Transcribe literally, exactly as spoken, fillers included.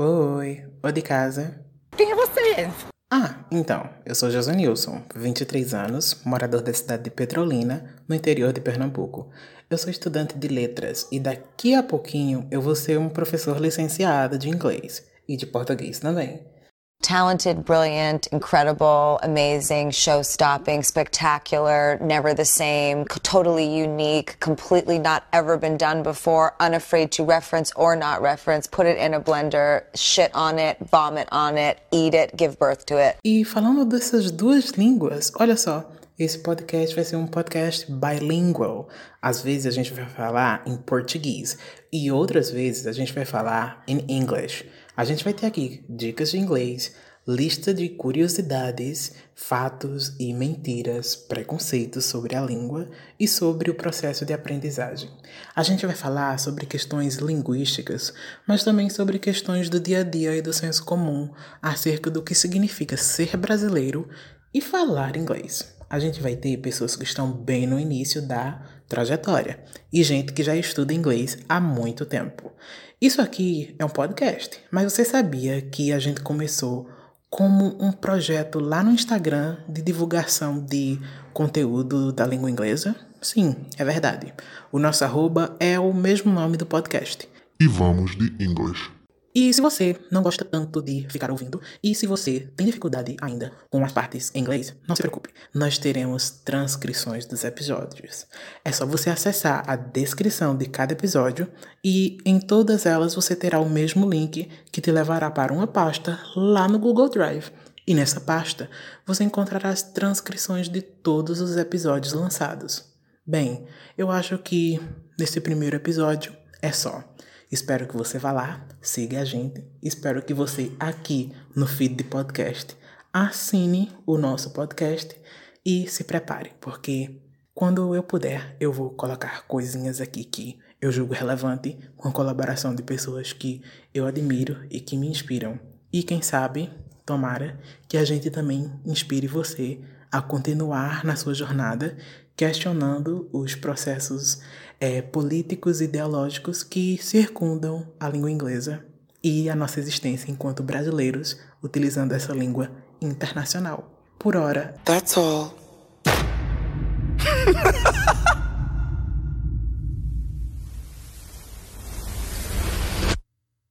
Oi, ô de casa. Quem é você? Ah, então, eu sou Josanilson, vinte e três anos, morador da cidade de Petrolina, no interior de Pernambuco. Eu sou estudante de letras e daqui a pouquinho eu vou ser um professor licenciado de inglês e de português também. Talented, brilliant, incredible, amazing, show-stopping, spectacular, never the same, totally unique, completely not ever been done before, unafraid to reference or not reference, put it in a blender, shit on it, vomit on it, eat it, give birth to it. E falando dessas duas línguas, olha só, esse podcast vai ser um podcast bilingual. Às vezes a gente vai falar em português e outras vezes a gente vai falar em English. A gente vai ter aqui dicas de inglês, lista de curiosidades, fatos e mentiras, preconceitos sobre a língua e sobre o processo de aprendizagem. A gente vai falar sobre questões linguísticas, mas também sobre questões do dia a dia e do senso comum acerca do que significa ser brasileiro e falar inglês. A gente vai ter pessoas que estão bem no início da trajetória e gente que já estuda inglês há muito tempo. Isso aqui é um podcast, mas você sabia que a gente começou como um projeto lá no Instagram de divulgação de conteúdo da língua inglesa? Sim, é verdade. O nosso arroba é o mesmo nome do podcast. E vamos de English. E se você não gosta tanto de ficar ouvindo, e se você tem dificuldade ainda com as partes em inglês, não se preocupe. Nós teremos transcrições dos episódios. É só você acessar a descrição de cada episódio e em todas elas você terá o mesmo link que te levará para uma pasta lá no Google Drive. E nessa pasta você encontrará as transcrições de todos os episódios lançados. Bem, eu acho que nesse primeiro episódio é só. Espero que você vá lá, siga a gente. Espero que você aqui no feed de podcast assine o nosso podcast e se prepare, porque quando eu puder eu vou colocar coisinhas aqui que eu julgo relevante com a colaboração de pessoas que eu admiro e que me inspiram. E quem sabe, tomara que a gente também inspire você a continuar na sua jornada questionando os processos é, políticos e ideológicos que circundam a língua inglesa e a nossa existência enquanto brasileiros utilizando essa língua internacional. Por hora, That's all.